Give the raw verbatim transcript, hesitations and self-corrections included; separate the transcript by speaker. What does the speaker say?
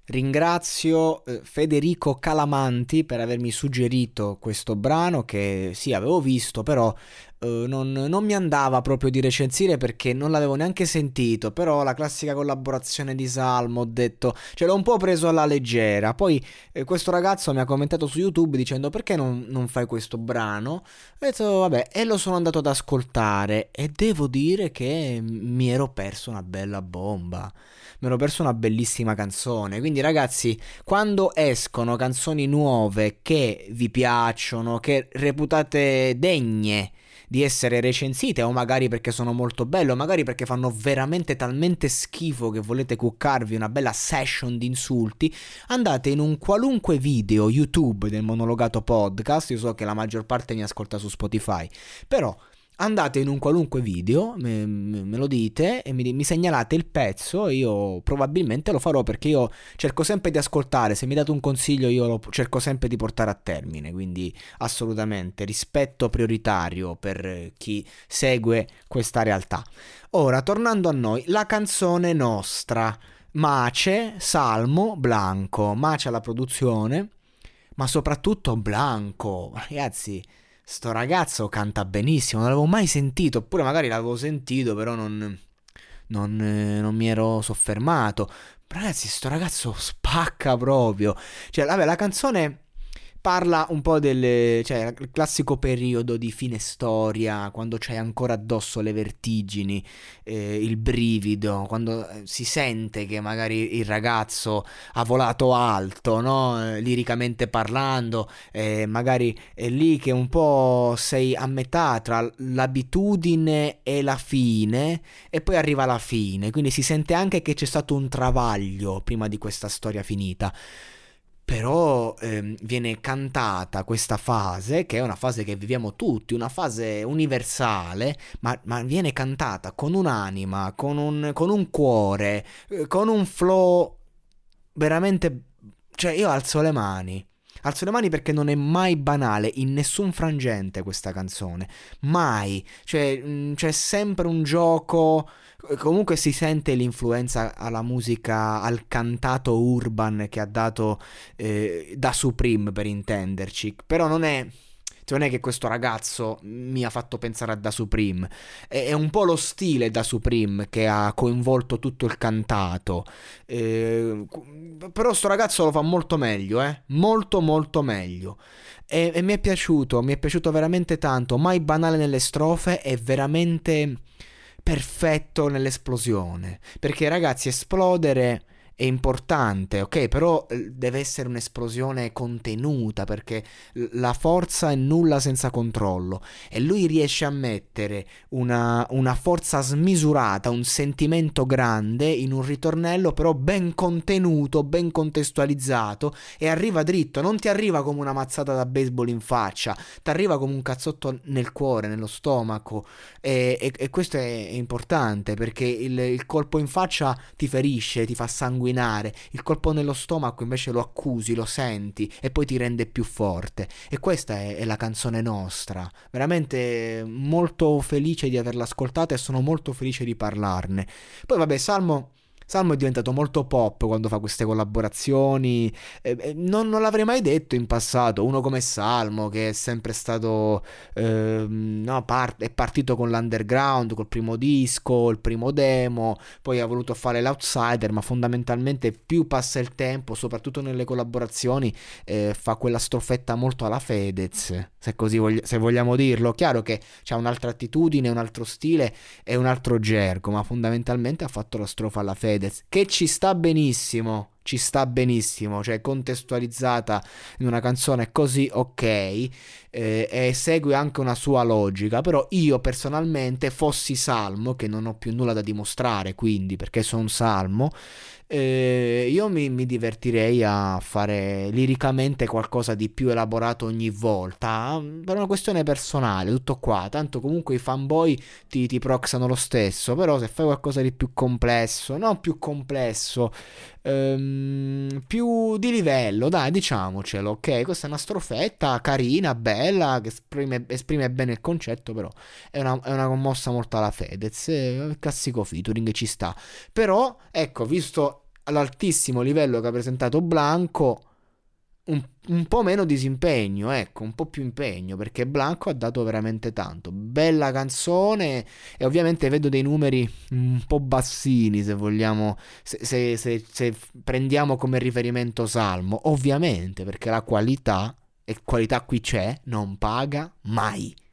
Speaker 1: Ringrazio eh, Federico Calamanti per avermi suggerito questo brano che sì, avevo visto, però eh, non, non mi andava proprio di recensire perché non l'avevo neanche sentito, però la classica collaborazione di Salmo, ho detto, ce l'ho un po' preso alla leggera. Poi eh, questo ragazzo mi ha commentato su YouTube dicendo perché non, non fai questo brano? Ho detto vabbè, e lo sono andato ad ascoltare e devo dire che mi ero perso una bella bomba. Mi ero perso una bellissima canzone. Quindi, ragazzi, quando escono canzoni nuove che vi piacciono, che reputate degne di essere recensite, o magari perché sono molto belle, o magari perché fanno veramente talmente schifo che volete cuccarvi una bella session di insulti, andate in un qualunque video YouTube del Monologato Podcast. Io so che la maggior parte mi ascolta su Spotify, però andate in un qualunque video, me, me- me lo dite e mi, mi segnalate il pezzo e io probabilmente lo farò perché io cerco sempre di ascoltare, se mi date un consiglio io lo cerco sempre di portare a termine, quindi assolutamente rispetto prioritario per chi segue questa realtà. Ora, tornando a noi, la canzone nostra, Mace, Salmo, Blanco, Mace alla produzione, ma soprattutto Blanco, ragazzi. Sto ragazzo canta benissimo, non l'avevo mai sentito, oppure magari l'avevo sentito, però non, non, eh, non mi ero soffermato. Ragazzi, sto ragazzo spacca proprio. Cioè, vabbè, la canzone parla un po' del, cioè, il classico periodo di fine storia, quando c'hai ancora addosso le vertigini, eh, il brivido, quando eh, si sente che magari il ragazzo ha volato alto, no? Eh, liricamente parlando, eh, magari è lì che un po' sei a metà tra l'abitudine e la fine, e poi arriva la fine, quindi si sente anche che c'è stato un travaglio prima di questa storia finita. Però ehm, viene cantata questa fase, che è una fase che viviamo tutti, una fase universale, ma, ma viene cantata con un'anima, con un, con un cuore, eh, con un flow veramente. Cioè, io alzo le mani. Alzo le mani perché non è mai banale in nessun frangente questa canzone. Mai. Cioè, mh, c'è sempre un gioco. Comunque si sente l'influenza alla musica, al cantato urban che ha dato eh, da Supreme per intenderci. Però non è. Non è che questo ragazzo mi ha fatto pensare a Da Supreme, è, è un po' lo stile Da Supreme che ha coinvolto tutto il cantato. Eh, però sto ragazzo lo fa molto meglio, eh? Molto molto meglio. E, e mi è piaciuto, mi è piaciuto veramente tanto. Mai banale nelle strofe e veramente perfetto nell'esplosione. Perché ragazzi, esplodere è importante, ok? Però eh, deve essere un'esplosione contenuta perché l- la forza è nulla senza controllo e lui riesce a mettere una, una forza smisurata, un sentimento grande in un ritornello però ben contenuto, ben contestualizzato e arriva dritto, non ti arriva come una mazzata da baseball in faccia, ti arriva come un cazzotto nel cuore, nello stomaco e, e- e questo è, è importante perché il, il colpo in faccia ti ferisce, ti fa sanguinare, il colpo nello stomaco invece lo accusi, lo senti e poi ti rende più forte. E questa è, è la canzone nostra. Veramente molto felice di averla ascoltata e sono molto felice di parlarne. Poi vabbè, Salmo. Salmo è diventato molto pop quando fa queste collaborazioni. Eh, eh, non, non l'avrei mai detto in passato. Uno come Salmo, che è sempre stato ehm, no, part- è partito con l'underground, col primo disco, il primo demo, poi ha voluto fare l'outsider, ma fondamentalmente più passa il tempo, soprattutto nelle collaborazioni, eh, fa quella strofetta molto alla Fedez, se così vogli- se vogliamo dirlo. Chiaro che c'ha un'altra attitudine, un altro stile e un altro gergo, ma fondamentalmente ha fatto la strofa alla Fedez, che ci sta benissimo. Ci sta benissimo, cioè contestualizzata in una canzone così ok, eh, e segue anche una sua logica. Però io personalmente fossi Salmo, che non ho più nulla da dimostrare, quindi perché sono un Salmo, eh, io mi, mi divertirei a fare liricamente qualcosa di più elaborato ogni volta, per una questione personale, tutto qua. Tanto comunque i fanboy ti, ti proxano lo stesso, però se fai qualcosa di più complesso, non più complesso, ehm, più di livello, dai, diciamocelo, ok? Questa è una strofetta carina, bella, che esprime, esprime bene il concetto, però è una, è una commossa molto alla Fedez, eh, il classico featuring ci sta. Però, ecco, visto all'altissimo livello che ha presentato Blanco, un, un po' meno disimpegno, ecco, un po' più impegno, perché Blanco ha dato veramente tanto. Bella canzone, e ovviamente vedo dei numeri un po' bassini, se vogliamo, se, se- se- se prendiamo come riferimento Salmo, ovviamente, perché la qualità, e qualità qui c'è, non paga mai.